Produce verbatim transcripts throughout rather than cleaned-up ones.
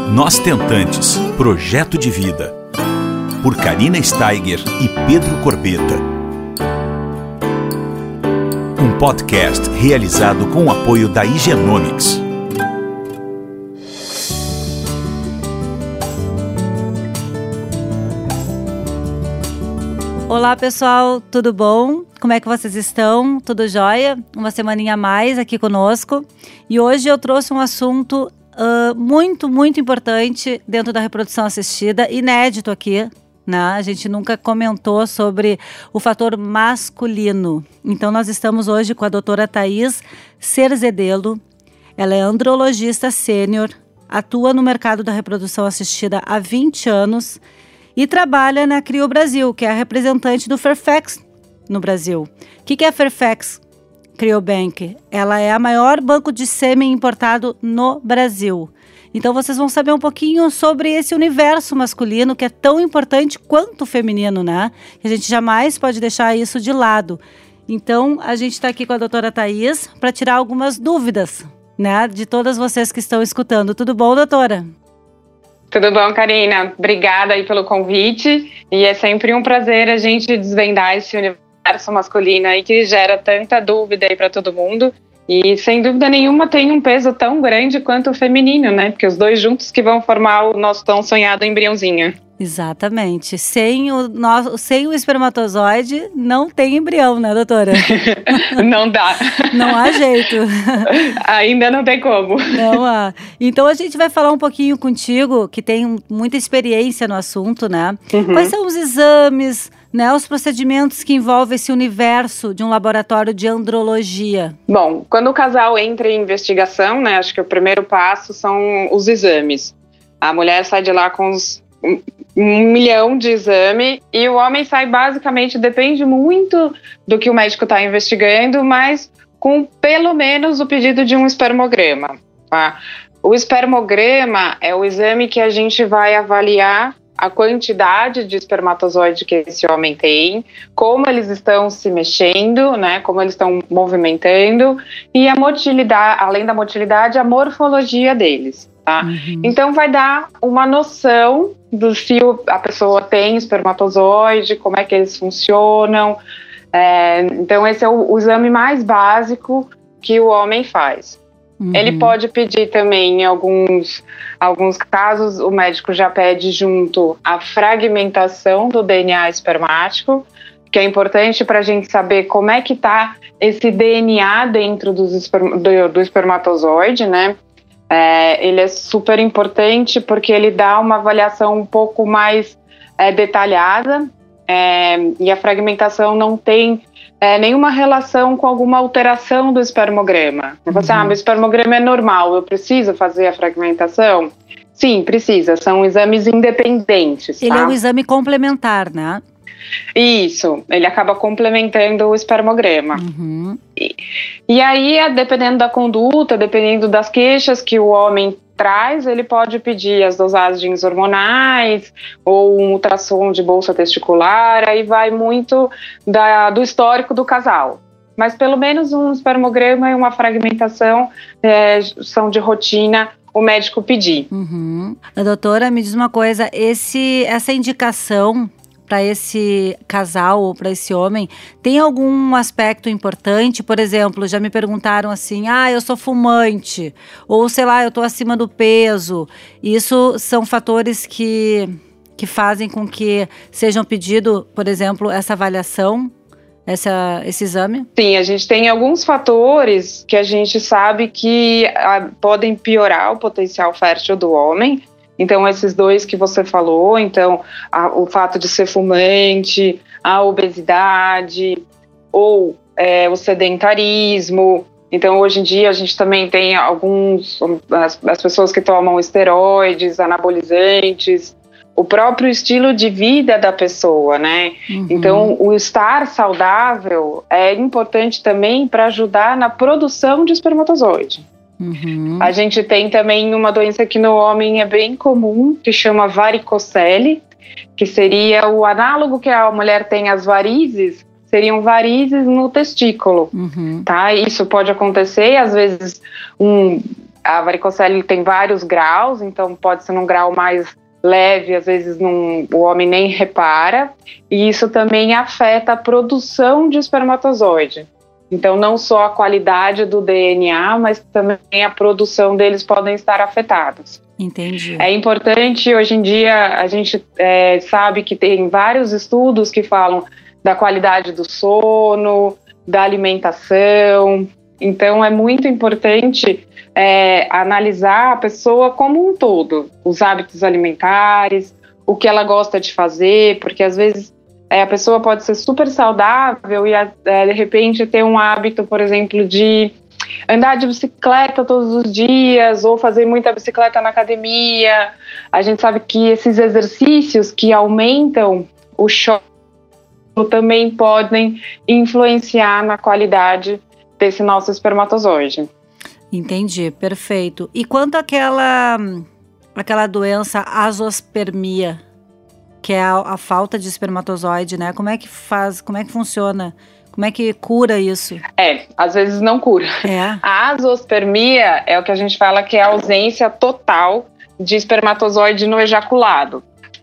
Nós Tentantes, Projeto de Vida, por Karina Steiger e Pedro Corbeta. Um podcast realizado com o apoio da Higienomics. Olá pessoal, tudo bom? Como é que vocês estão? Tudo jóia? Uma semaninha a mais aqui conosco. E hoje eu trouxe um assunto uh, muito, muito importante dentro da reprodução assistida, inédito aqui, né? A gente nunca comentou sobre o fator masculino. Então nós estamos hoje com a doutora Thaís Cerzedelo. Ela é andrologista sênior, atua no mercado da reprodução assistida há vinte anos e trabalha na Crio Brasil, que é a representante do Fairfax no Brasil. O que, que é a Fairfax Criobank? Ela é a maior banco de sêmen importado no Brasil. Então vocês vão saber um pouquinho sobre esse universo masculino que é tão importante quanto o feminino, né? A gente jamais pode deixar isso de lado. Então a gente está aqui com a doutora Thaís para tirar algumas dúvidas, né, de todas vocês que estão escutando. Tudo bom, doutora? Tudo bom, Karina? Obrigada aí pelo convite. E é sempre um prazer a gente desvendar esse universo masculino aí que gera tanta dúvida aí para todo mundo. E sem dúvida nenhuma tem um peso tão grande quanto o feminino, né? Porque os dois juntos que vão formar o nosso tão sonhado embriãozinho. Exatamente. Sem o, nosso, sem o espermatozoide não tem embrião, né, doutora? Não dá. Não há jeito. Ainda não tem como. Não há. Então a gente vai falar um pouquinho contigo, que tem muita experiência no assunto, né? Uhum. Quais são os exames, né, os procedimentos que envolvem esse universo de um laboratório de andrologia? Bom, quando o casal entra em investigação, né, acho que o primeiro passo são os exames. A mulher sai de lá com os um milhão de exame e o homem sai basicamente, depende muito do que o médico está investigando, mas com pelo menos o pedido de um espermograma. Tá? O espermograma é o exame que a gente vai avaliar a quantidade de espermatozoide que esse homem tem, como eles estão se mexendo, né, como eles estão movimentando e a motilidade, além da motilidade, a morfologia deles. Tá? Uhum. Então vai dar uma noção do se a pessoa tem espermatozoide, como é que eles funcionam. É, então esse é o, o exame mais básico que o homem faz. Uhum. Ele pode pedir também, em alguns, alguns casos, o médico já pede junto a fragmentação do D N A espermático, que é importante para a gente saber como é que está esse D N A dentro dos esperm- do, do espermatozoide, né? É, ele é super importante porque ele dá uma avaliação um pouco mais é, detalhada é, e a fragmentação não tem é, nenhuma relação com alguma alteração do espermograma. Uhum. Você, ah, meu espermograma é normal, eu preciso fazer a fragmentação? Sim, precisa, são exames independentes. Ele tá? é um exame complementar, né? Isso, ele acaba complementando o espermograma. Uhum. E, e aí, dependendo da conduta, dependendo das queixas que o homem traz, ele pode pedir as dosagens hormonais ou um ultrassom de bolsa testicular, aí vai muito da, do histórico do casal. Mas pelo menos um espermograma e uma fragmentação é, são de rotina o médico pedir. Uhum. A doutora, me diz uma coisa, esse, essa indicação para esse casal ou para esse homem, tem algum aspecto importante? Por exemplo, já me perguntaram assim, ah, eu sou fumante, ou sei lá, eu estou acima do peso. Isso são fatores que, que fazem com que sejam pedido, por exemplo, essa avaliação, essa, esse exame? Sim, a gente tem alguns fatores que a gente sabe que ah, podem piorar o potencial fértil do homem. Então, esses dois que você falou, então, a, o fato de ser fumante, a obesidade ou é, o sedentarismo. Então, hoje em dia, a gente também tem alguns, as, as pessoas que tomam esteroides, anabolizantes, o próprio estilo de vida da pessoa, né? Uhum. Então, o estar saudável é importante também para ajudar na produção de espermatozoide. Uhum. A gente tem também uma doença que no homem é bem comum, que chama varicocele, que seria o análogo que a mulher tem às varizes, seriam varizes no testículo, uhum. tá? Isso pode acontecer, às vezes, um, a varicocele tem vários graus, então pode ser num grau mais leve, às vezes num, o homem nem repara, e isso também afeta a produção de espermatozoide. Então, não só a qualidade do D N A, mas também a produção deles podem estar afetados. Entendi. É importante, hoje em dia, a gente é, sabe que tem vários estudos que falam da qualidade do sono, da alimentação. Então, é muito importante é, analisar a pessoa como um todo, os hábitos alimentares, o que ela gosta de fazer, porque às vezes é, a pessoa pode ser super saudável e é, de repente ter um hábito, por exemplo, de andar de bicicleta todos os dias ou fazer muita bicicleta na academia. A gente sabe que esses exercícios que aumentam o choque também podem influenciar na qualidade desse nosso espermatozoide. Entendi, perfeito. E quanto àquela aquela doença azospermia, que é a, a falta de espermatozoide, né? Como é que faz, como é que funciona? Como é que cura isso? É, às vezes não cura. É. A azospermia é o que a gente fala que é a ausência total de espermatozoide no ejaculado.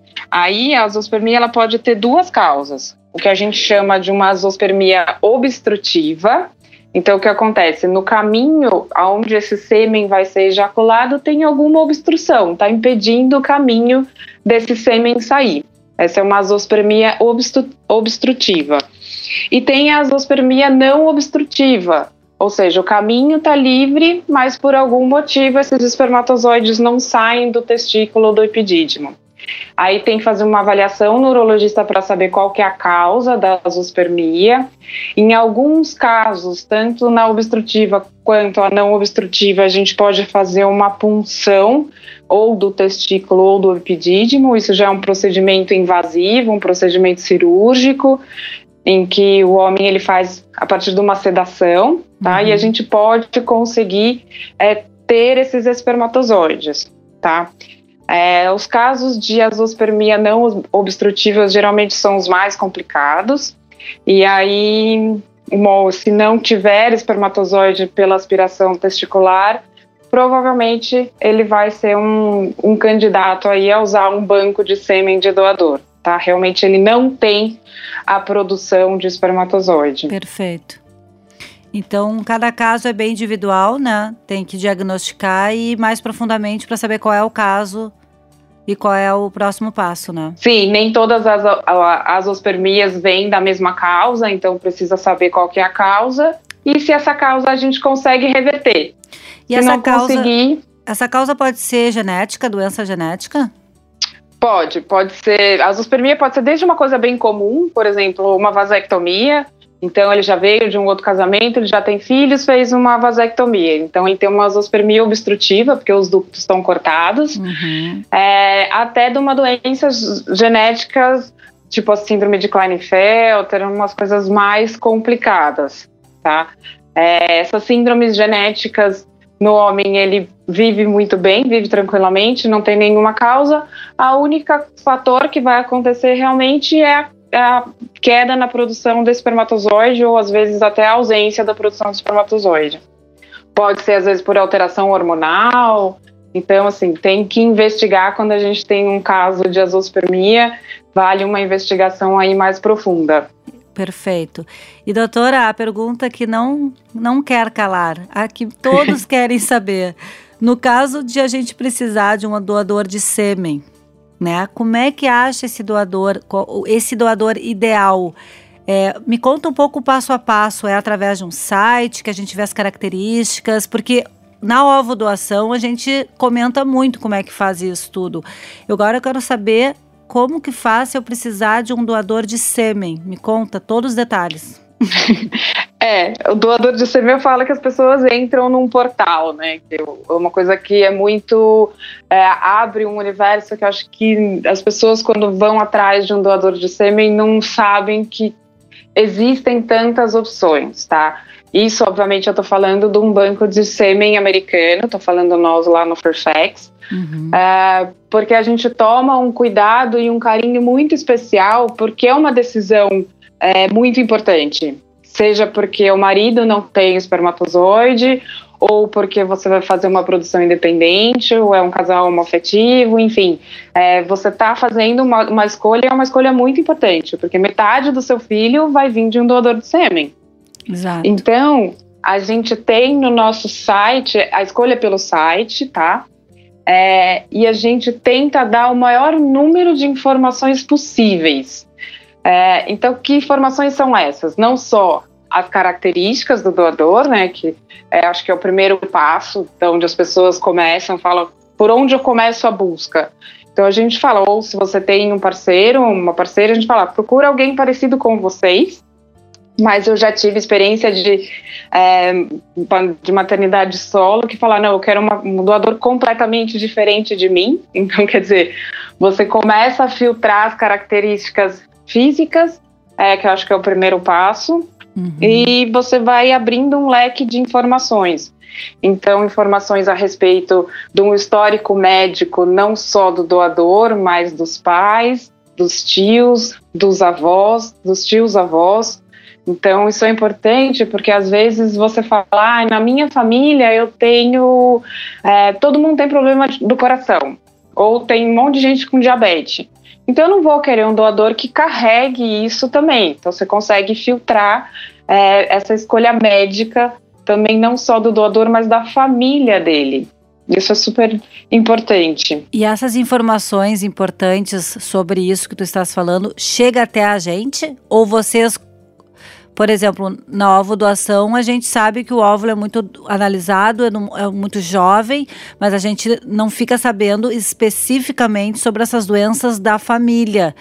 Aí a azospermia ela pode ter duas causas. O que a gente chama de uma azospermia obstrutiva. Então, o que acontece? No caminho onde esse sêmen vai ser ejaculado, tem alguma obstrução, está impedindo o caminho desse sêmen sair. Essa é uma azospermia obstru- obstrutiva. E tem a azospermia não obstrutiva, ou seja, o caminho está livre, mas por algum motivo esses espermatozoides não saem do testículo ou do epidídimo. Aí tem que fazer uma avaliação no urologista para saber qual que é a causa da azospermia. Em alguns casos, tanto na obstrutiva quanto a não obstrutiva, a gente pode fazer uma punção ou do testículo ou do epidídimo. Isso já é um procedimento invasivo, um procedimento cirúrgico, em que o homem ele faz a partir de uma sedação, tá? Uhum. E a gente pode conseguir é, ter esses espermatozoides, tá? É, os casos de azospermia não obstrutiva geralmente são os mais complicados, e aí, se não tiver espermatozoide pela aspiração testicular, provavelmente ele vai ser um, um candidato aí a usar um banco de sêmen de doador, tá? Realmente ele não tem a produção de espermatozoide. Perfeito. Então, cada caso é bem individual, né? Tem que diagnosticar e ir mais profundamente para saber qual é o caso e qual é o próximo passo, né? Sim, nem todas as azospermias vêm da mesma causa, então precisa saber qual que é a causa e se essa causa a gente consegue reverter. E se essa não causa, conseguir... essa causa pode ser genética, doença genética? Pode, pode ser. A azospermia pode ser desde uma coisa bem comum, por exemplo, uma vasectomia. Então, ele já veio de um outro casamento, ele já tem filhos, fez uma vasectomia. Então, ele tem uma azospermia obstrutiva, porque os ductos estão cortados. Uhum. É, até de uma doença genética, tipo a síndrome de Klinefelter, umas coisas mais complicadas, tá? É, essas síndromes genéticas, no homem, ele vive muito bem, vive tranquilamente, não tem nenhuma causa. A única fator que vai acontecer realmente é a a queda na produção do espermatozoide ou às vezes até a ausência da produção do espermatozoide. Pode ser às vezes por alteração hormonal. Então, assim, tem que investigar quando a gente tem um caso de azospermia, vale uma investigação aí mais profunda. Perfeito. E doutora, a pergunta que não, não quer calar, a que todos querem saber, no caso de a gente precisar de um doador de sêmen, né? Como é que acha esse doador, esse doador ideal? É, me conta um pouco o passo a passo, é através de um site que a gente vê as características, porque na ovodoação a gente comenta muito como é que faz isso tudo. Eu agora quero saber como que faz se eu precisar de um doador de sêmen. Me conta todos os detalhes. É, o doador de sêmen fala que as pessoas entram num portal, né? Que é uma coisa que é muito... É, abre um universo que eu acho que as pessoas, quando vão atrás de um doador de sêmen, não sabem que existem tantas opções, tá? Isso, obviamente, eu tô falando de um banco de sêmen americano, tô falando nós lá no Fairfax, uhum. é, porque a gente toma um cuidado e um carinho muito especial, porque é uma decisão é, muito importante. Seja porque o marido não tem espermatozoide, ou porque você vai fazer uma produção independente, ou é um casal homoafetivo, enfim. É, você está fazendo uma, uma escolha, é uma escolha muito importante, porque metade do seu filho vai vir de um doador de sêmen. Exato. Então, a gente tem no nosso site, a escolha pelo site, tá? É, e a gente tenta dar o maior número de informações possíveis. É, então, que informações são essas? Não só as características do doador, né, que é, acho que é o primeiro passo, então, onde as pessoas começam, falam, por onde eu começo a busca? Então, a gente fala, ou se você tem um parceiro, uma parceira, a gente fala, procura alguém parecido com vocês, mas eu já tive experiência de, é, de maternidade solo que fala, não, eu quero uma, um doador completamente diferente de mim. Então, quer dizer, você começa a filtrar as características físicas, é, que eu acho que é o primeiro passo, uhum. E você vai abrindo um leque de informações. Então, informações a respeito de um histórico médico, não só do doador, mas dos pais, dos tios, dos avós, dos tios-avós. Então, isso é importante porque, às vezes, você fala, ah, na minha família eu tenho... É, todo mundo tem problema do coração, ou tem um monte de gente com diabetes. Então, eu não vou querer um doador que carregue isso também. Então, você consegue filtrar é, essa escolha médica também, não só do doador, mas da família dele. Isso é super importante. E essas informações importantes sobre isso que tu estás falando, chega até a gente? Ou vocês... Por exemplo, na ovodoação, a gente sabe que o óvulo é muito analisado, é, no, é muito jovem, mas a gente não fica sabendo especificamente sobre essas doenças da família.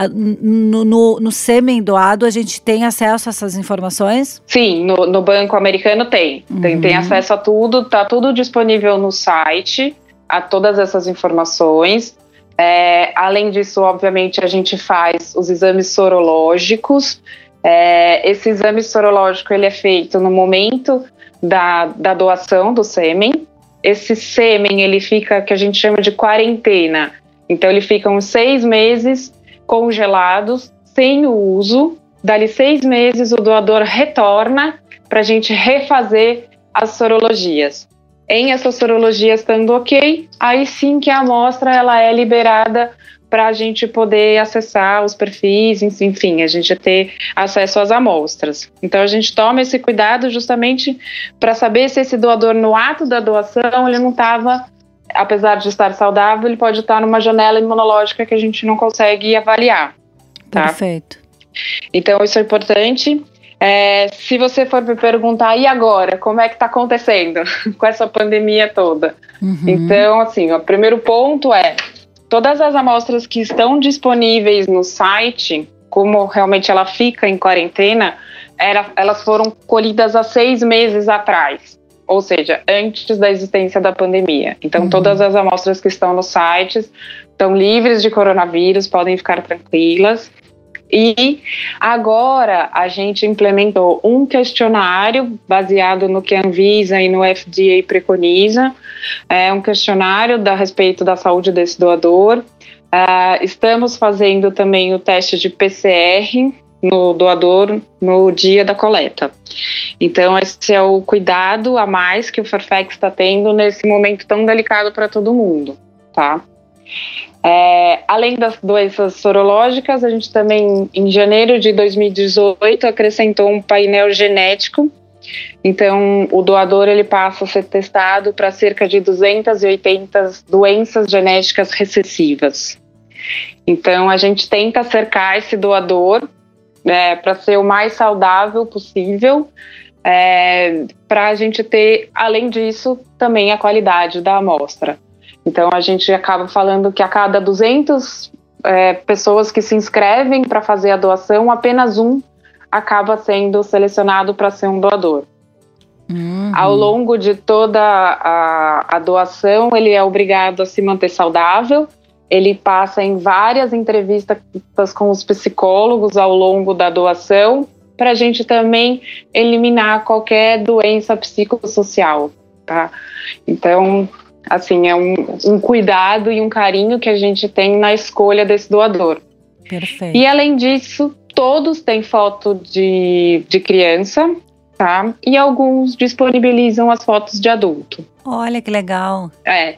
No, no, no sêmen doado, a gente tem acesso a essas informações? Sim, no, no Banco Americano tem. Uhum. Tem, tem acesso a tudo, está tudo disponível no site, a todas essas informações. É, além disso, obviamente, a gente faz os exames sorológicos. É, esse exame sorológico ele é feito no momento da, da doação do sêmen. Esse sêmen ele fica, que a gente chama de quarentena. Então ele fica uns seis meses congelados, sem o uso. Dali seis meses o doador retorna para a gente refazer as sorologias. Em essas sorologias estando ok, aí sim que a amostra ela é liberada para a gente poder acessar os perfis, enfim, a gente ter acesso às amostras. Então, a gente toma esse cuidado justamente para saber se esse doador, no ato da doação, ele não estava, apesar de estar saudável, ele pode estar numa janela imunológica que a gente não consegue avaliar. Tá? Perfeito. Então, isso é importante. É, se você for me perguntar, e agora? Como é que está acontecendo com essa pandemia toda? Uhum. Então, assim, o primeiro ponto é todas as amostras que estão disponíveis no site, como realmente ela fica em quarentena, era, elas foram colhidas há seis meses atrás, ou seja, antes da existência da pandemia. Então, uhum. todas as amostras que estão no site estão livres de coronavírus, podem ficar tranquilas. E agora a gente implementou um questionário baseado no que a Anvisa e no F D A preconiza, é um questionário da, a respeito da saúde desse doador. Uh, estamos fazendo também o teste de P C R no doador no dia da coleta. Então esse é o cuidado a mais que o Fairfax está tendo nesse momento tão delicado para todo mundo, tá? É, além das doenças sorológicas, a gente também, em janeiro de dois mil e dezoito, acrescentou um painel genético. Então, o doador ele passa a ser testado para cerca de duzentas e oitenta doenças genéticas recessivas. Então, a gente tenta cercar esse doador é, para ser o mais saudável possível, é, para a gente ter, além disso, também a qualidade da amostra. Então, a gente acaba falando que a cada duzentas é, pessoas que se inscrevem para fazer a doação, apenas um acaba sendo selecionado para ser um doador. Uhum. Ao longo de toda a, a doação, ele é obrigado a se manter saudável. Ele passa em várias entrevistas com os psicólogos ao longo da doação, para a gente também eliminar qualquer doença psicossocial, tá? Então... Assim, é um, um cuidado e um carinho que a gente tem na escolha desse doador. Perfeito. E além disso, todos têm foto de, de criança. tá? E alguns disponibilizam as fotos de adulto. Olha que legal. É.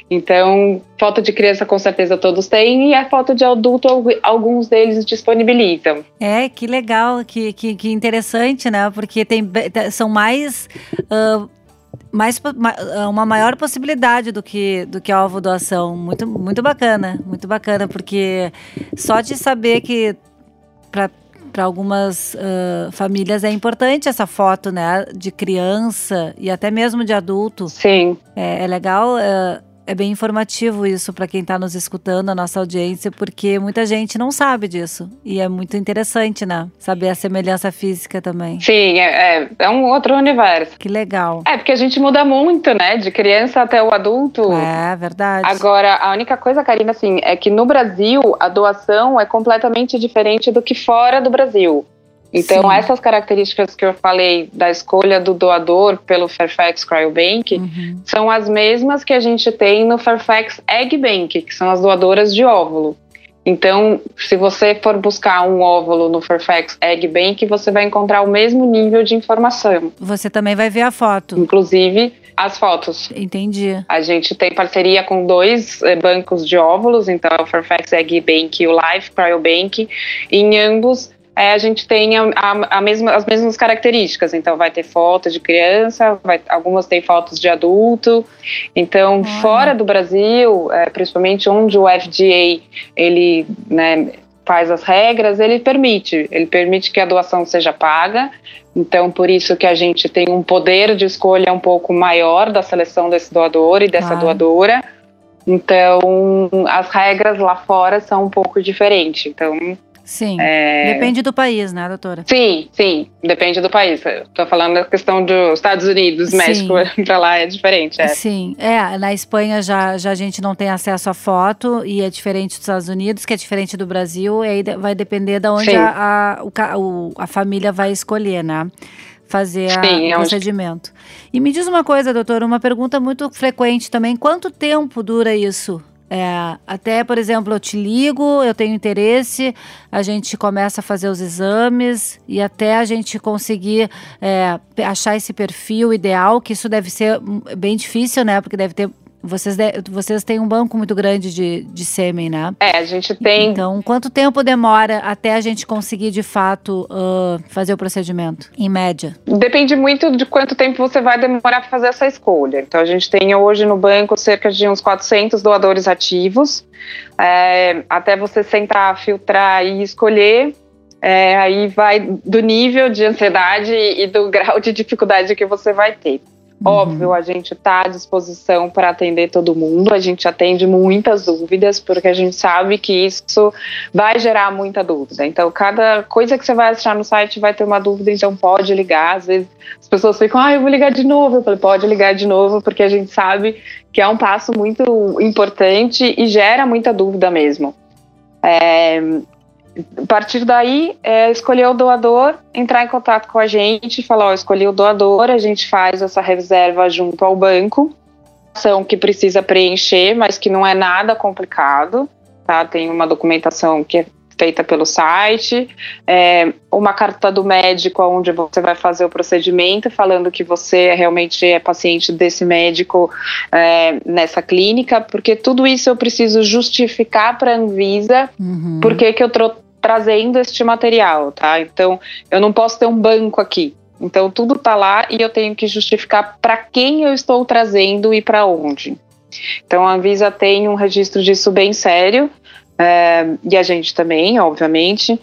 Então, foto de criança com certeza todos têm, e a foto de adulto alguns deles disponibilizam. É, que legal, que, que, que interessante, né? Porque tem, são mais, uh, mais uma maior possibilidade do que, do que a ovo-doação. Muito, muito bacana, muito bacana, porque só de saber que para para algumas uh, famílias é importante essa foto, né? De criança e até mesmo de adulto. Sim. É, é legal... Uh, É bem informativo isso para quem está nos escutando, a nossa audiência, porque muita gente não sabe disso. E é muito interessante, né? Saber a semelhança física também. Sim, é, é, é um outro universo. Que legal. É, porque a gente muda muito, né? De criança até o adulto. É, verdade. Agora, a única coisa, Karina, assim, é que no Brasil, a doação é completamente diferente do que fora do Brasil. Então, Sim. essas características que eu falei da escolha do doador pelo Fairfax Cryobank uhum. são as mesmas que a gente tem no Fairfax Egg Bank, que são as doadoras de óvulo. Então, se você for buscar um óvulo no Fairfax Egg Bank, você vai encontrar o mesmo nível de informação. Você também vai ver a foto. Inclusive, as fotos. Entendi. A gente tem parceria com dois eh, bancos de óvulos, então é o Fairfax Egg Bank e o Life Cryobank. Em ambos, É, a gente tem a, a, a mesma, as mesmas características, então vai ter foto de criança, vai, algumas têm fotos de adulto, então Olha. Fora do Brasil, é, principalmente onde o F D A ele, né, faz as regras, ele permite, ele permite que a doação seja paga, então por isso que a gente tem um poder de escolha um pouco maior da seleção desse doador e dessa claro. Doadora, então as regras lá fora são um pouco diferentes, então... Sim, é... depende do país, né, doutora? Sim, sim, depende do país. Estou falando da questão dos Estados Unidos, sim. México, para lá é diferente. É. Sim, é, na Espanha já, já a gente não tem acesso à foto e é diferente dos Estados Unidos, que é diferente do Brasil, e aí vai depender de onde a, a, o, a família vai escolher, né? Fazer Sim, a, o procedimento. Onde... E me diz uma coisa, doutora, uma pergunta muito frequente também, quanto tempo dura isso? É, até, por exemplo, eu te ligo, eu tenho interesse, a gente começa a fazer os exames e até a gente conseguir é, achar esse perfil ideal, que isso deve ser bem difícil, né? Porque deve ter... Vocês, de, vocês têm um banco muito grande de, de sêmen, né? É, a gente tem... Então, quanto tempo demora até a gente conseguir, de fato, uh, fazer o procedimento, em média? Depende muito de quanto tempo você vai demorar para fazer essa escolha. Então, a gente tem hoje no banco cerca de uns quatrocentos doadores ativos. É, até você sentar, filtrar e escolher... É, aí vai do nível de ansiedade e do grau de dificuldade que você vai ter. Óbvio, uhum. a gente está à disposição para atender todo mundo, a gente atende muitas dúvidas, porque a gente sabe que isso vai gerar muita dúvida. Então, cada coisa que você vai achar no site vai ter uma dúvida, então pode ligar. Às vezes as pessoas ficam, ah, eu vou ligar de novo. Eu falei, pode ligar de novo, porque a gente sabe que é um passo muito importante e gera muita dúvida mesmo. É... A partir daí, é, escolher o doador, entrar em contato com a gente, falar, ó, escolhi o doador, a gente faz essa reserva junto ao banco, ação que precisa preencher, mas que não é nada complicado, tá? Tem uma documentação que é feita pelo site, é, uma carta do médico onde você vai fazer o procedimento, falando que você realmente é paciente desse médico é, nessa clínica, porque tudo isso eu preciso justificar para a Anvisa, uhum. porque que eu tô trazendo este material, tá? Então, eu não posso ter um banco aqui. Então, tudo tá lá e eu tenho que justificar para quem eu estou trazendo e para onde. Então, a Anvisa tem um registro disso bem sério, é, e a gente também, obviamente.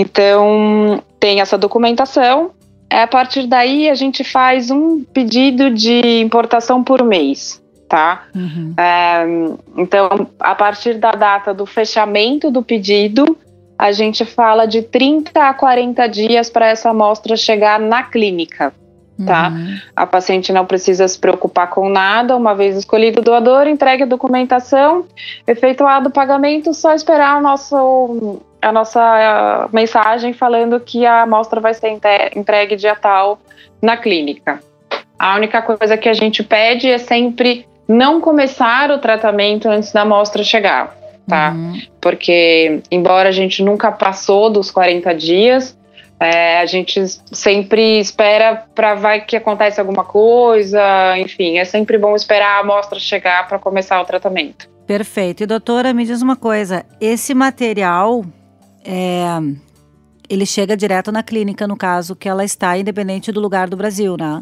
Então, tem essa documentação. A partir daí, a gente faz um pedido de importação por mês, tá? Uhum. É, então, a partir da data do fechamento do pedido, a gente fala de trinta a quarenta dias para essa amostra chegar na clínica, tá? Uhum. A paciente não precisa se preocupar com nada, uma vez escolhido o doador, entregue a documentação, efetuado o pagamento, só esperar o nosso, a nossa mensagem falando que a amostra vai ser entregue dia tal na clínica. A única coisa que a gente pede é sempre não começar o tratamento antes da amostra chegar. Tá? Uhum. Porque, embora a gente nunca passou dos quarenta dias, É, a gente sempre espera para vai que acontece alguma coisa, enfim, é sempre bom esperar a amostra chegar para começar o tratamento. Perfeito. E doutora, me diz uma coisa, esse material, é, ele chega direto na clínica, no caso, que ela está, independente do lugar do Brasil, né?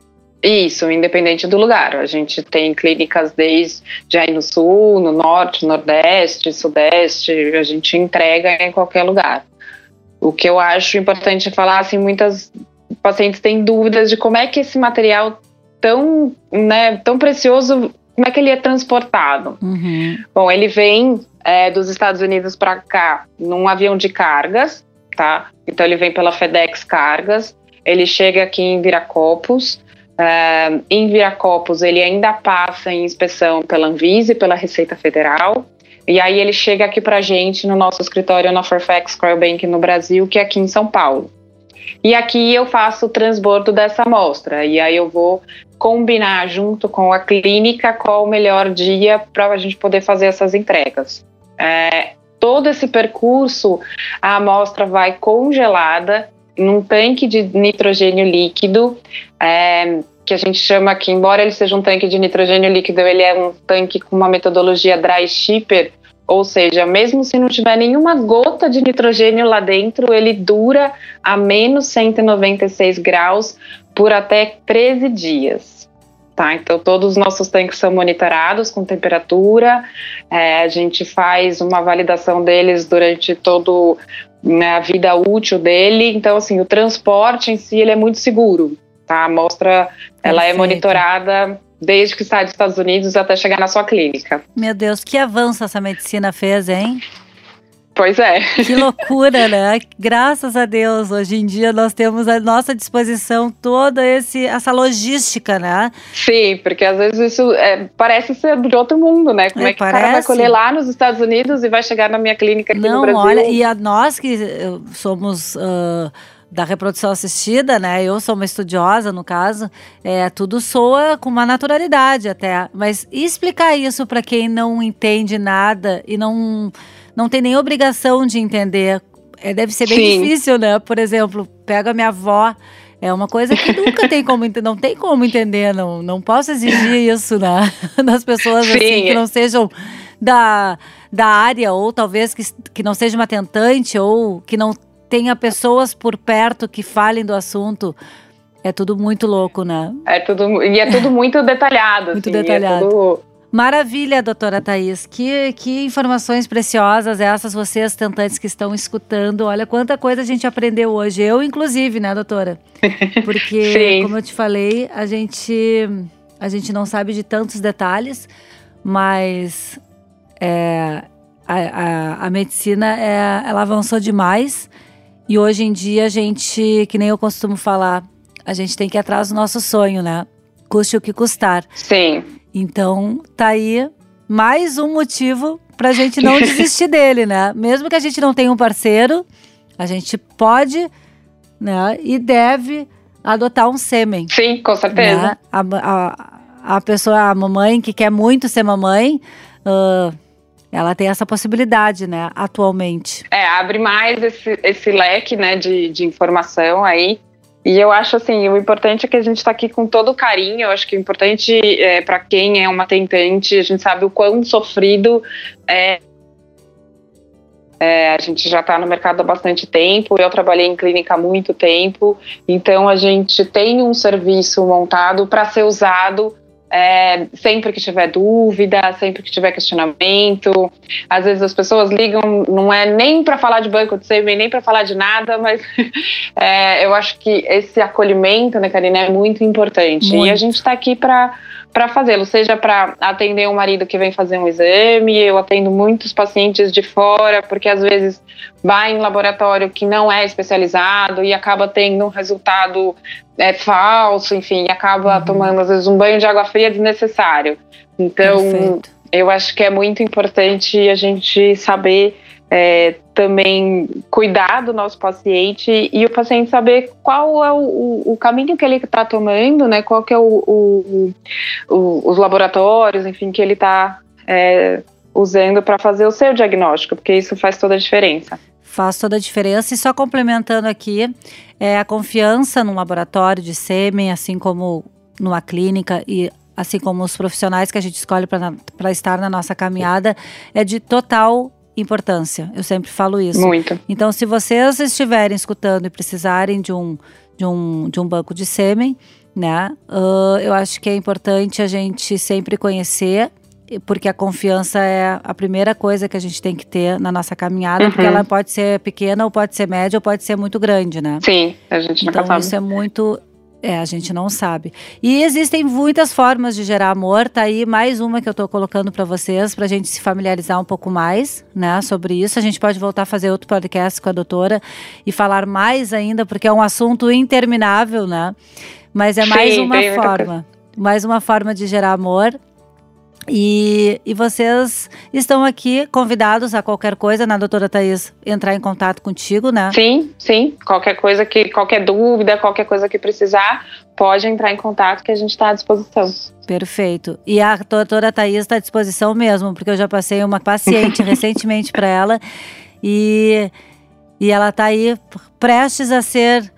Isso, independente do lugar. A gente tem clínicas desde aí no sul, no norte, nordeste, sudeste, a gente entrega em qualquer lugar. O que eu acho importante falar, assim, muitas pacientes têm dúvidas de como é que esse material tão, né, tão precioso, como é que ele é transportado. Uhum. Bom, ele vem é, dos Estados Unidos para cá num avião de cargas, tá? Então ele vem pela FedEx Cargas, ele chega aqui em Viracopos. Uh, em Viracopos ele ainda passa em inspeção pela Anvisa e pela Receita Federal, e aí ele chega aqui pra gente no nosso escritório na Fairfax Cryobank no Brasil, que é aqui em São Paulo. E aqui eu faço o transbordo dessa amostra, e aí eu vou combinar junto com a clínica qual o melhor dia para a gente poder fazer essas entregas. É, todo esse percurso, a amostra vai congelada num tanque de nitrogênio líquido, é, que a gente chama aqui, embora ele seja um tanque de nitrogênio líquido, ele é um tanque com uma metodologia dry shipper, ou seja, mesmo se não tiver nenhuma gota de nitrogênio lá dentro, ele dura a menos cento e noventa e seis graus por até treze dias. Tá? Então todos os nossos tanques são monitorados com temperatura, é, a gente faz uma validação deles durante todo né, a vida útil dele, então assim, o transporte em si ele é muito seguro, tá? A amostra ela é monitorada desde que sai dos Estados Unidos até chegar na sua clínica. Meu Deus, que avanço essa medicina fez, hein? Pois é. Que loucura, né? Graças a Deus, hoje em dia nós temos à nossa disposição toda esse, essa logística, né? Sim, porque às vezes isso é, parece ser de outro mundo, né? Como é, é que parece? O cara vai colher lá nos Estados Unidos e vai chegar na minha clínica aqui Não, no Brasil? Olha, e a nós que somos uh, da reprodução assistida, né? Eu sou uma estudiosa, no caso, é, tudo soa com uma naturalidade até. Mas explicar isso para quem não entende nada e não... não tem nem obrigação de entender. É, deve ser bem Sim. difícil, né? Por exemplo, pega a minha avó, é uma coisa que nunca tem como entender, não tem como entender, não, não posso exigir isso, né? Das pessoas Sim. assim, que não sejam da, da área, ou talvez que, que não seja uma tentante, ou que não tenha pessoas por perto que falem do assunto. É tudo muito louco, né? É tudo, e é tudo muito detalhado. Muito assim, detalhado. É tudo... Maravilha, doutora Thaís. Que, que informações preciosas essas, vocês tentantes que estão escutando. Olha quanta coisa a gente aprendeu hoje. Eu, inclusive, né, doutora? Porque, Sim. como eu te falei, a gente, a gente não sabe de tantos detalhes, mas é, a, a, a medicina, é, ela avançou demais. E hoje em dia, a gente, que nem eu costumo falar, a gente tem que ir atrás do nosso sonho, né? Custe o que custar. Sim. Então, tá aí mais um motivo pra gente não desistir dele, né? Mesmo que a gente não tenha um parceiro, a gente pode, né, e deve adotar um sêmen. Sim, com certeza. Né? A, a, a pessoa, a mamãe que quer muito ser mamãe, uh, ela tem essa possibilidade, né, atualmente. É, abre mais esse, esse leque, né, de, de informação aí. E eu acho assim, o importante é que a gente está aqui com todo o carinho. Eu acho que o importante é, para quem é uma tentante, a gente sabe o quão sofrido é. É, a gente já está no mercado há bastante tempo, eu trabalhei em clínica há muito tempo, então a gente tem um serviço montado para ser usado é, sempre que tiver dúvida, sempre que tiver questionamento. Às vezes as pessoas ligam, não é nem para falar de banco de sêmen, nem para falar de nada, mas é, eu acho que esse acolhimento, né, Karina, é muito importante. Muito. E a gente está aqui para para fazê-lo, seja para atender um marido que vem fazer um exame. Eu atendo muitos pacientes de fora, porque às vezes vai em laboratório que não é especializado e acaba tendo um resultado é, falso, enfim, acaba uhum. tomando às vezes um banho de água fria desnecessário. Então, Perfeito. Eu acho que é muito importante a gente saber é, também cuidar do nosso paciente e o paciente saber qual é o, o caminho que ele está tomando, né? Qual que é o, o, o, os laboratórios, enfim, que ele está é, usando para fazer o seu diagnóstico, porque isso faz toda a diferença. Faz toda a diferença. E só complementando aqui, é a confiança num laboratório de sêmen, assim como numa clínica e assim como os profissionais que a gente escolhe para estar na nossa caminhada, é de total importância. Eu sempre falo isso. Muito. Então, se vocês estiverem escutando e precisarem de um, de um, de um banco de sêmen, né, uh, eu acho que é importante a gente sempre conhecer, porque a confiança é a primeira coisa que a gente tem que ter na nossa caminhada, uhum. porque ela pode ser pequena, ou pode ser média, ou pode ser muito grande, né? Sim, a gente não então, sabe. Isso é muito... É, a gente não sabe. E existem muitas formas de gerar amor. Tá aí mais uma que eu tô colocando para vocês, pra gente se familiarizar um pouco mais, né, sobre isso. A gente pode voltar a fazer outro podcast com a doutora e falar mais ainda, porque é um assunto interminável, né? Mas é mais Sim, uma forma. Mais uma forma de gerar amor. E, e vocês estão aqui convidados a qualquer coisa, né, doutora Thaís, entrar em contato contigo, né? Sim, sim. Qualquer coisa que, qualquer dúvida, qualquer coisa que precisar, pode entrar em contato que a gente está à disposição. Perfeito. E a doutora Thaís está à disposição mesmo, porque eu já passei uma paciente recentemente para ela e, e ela está aí prestes a ser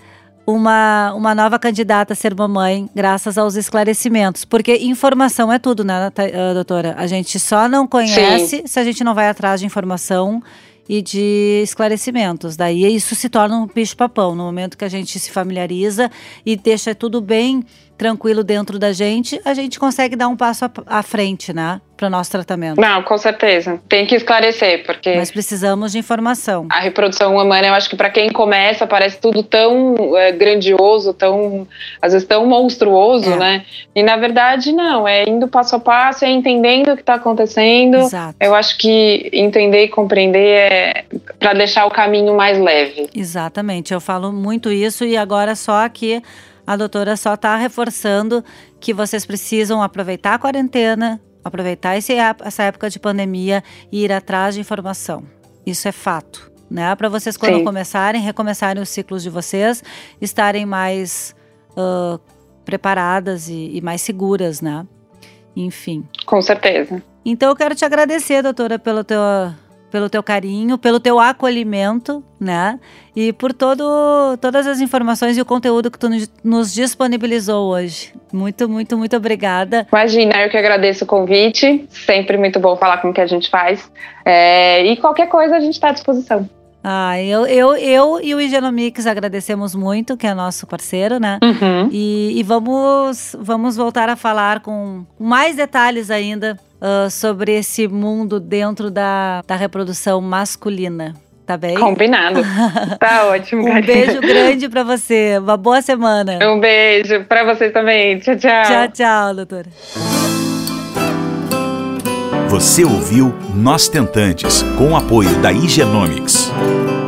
Uma, uma nova candidata a ser mamãe, graças aos esclarecimentos. Porque informação é tudo, né, doutora? A gente só não conhece Sim. se a gente não vai atrás de informação e de esclarecimentos. Daí isso se torna um bicho-papão. No momento que a gente se familiariza e deixa tudo bem tranquilo dentro da gente, a gente consegue dar um passo à frente, né, para o nosso tratamento. Não, com certeza. Tem que esclarecer, porque... Mas precisamos de informação. A reprodução humana, eu acho que para quem começa, parece tudo tão é, grandioso, tão, às vezes tão monstruoso, é. né? E na verdade, não. É indo passo a passo, é entendendo o que está acontecendo. Exato. Eu acho que entender e compreender é para deixar o caminho mais leve. Exatamente. Eu falo muito isso e agora só que a doutora só está reforçando que vocês precisam aproveitar a quarentena, aproveitar esse, essa época de pandemia e ir atrás de informação. Isso é fato, né? Para vocês, quando Sim. começarem, recomeçarem os ciclos de vocês, estarem mais uh, preparadas e, e mais seguras, né? Enfim. Com certeza. Então, eu quero te agradecer, doutora, pelo teu... pelo teu carinho, pelo teu acolhimento, né? E por todo, todas as informações e o conteúdo que tu nos disponibilizou hoje. Muito, muito, muito obrigada. Imagina, eu que agradeço o convite. Sempre muito bom falar com o que a gente faz. É, e qualquer coisa a gente está à disposição. Ah, eu, eu, eu e o Higienomics agradecemos muito, que é nosso parceiro, né? Uhum. E, e vamos, vamos voltar a falar com mais detalhes ainda uh, sobre esse mundo dentro da, da reprodução masculina. Tá bem? Combinado. Tá ótimo, Um beijo grande pra você. Uma boa semana. Um beijo pra vocês também. Tchau, tchau. Tchau, tchau, doutora. Você ouviu Nós Tentantes, com o apoio da Higienomics.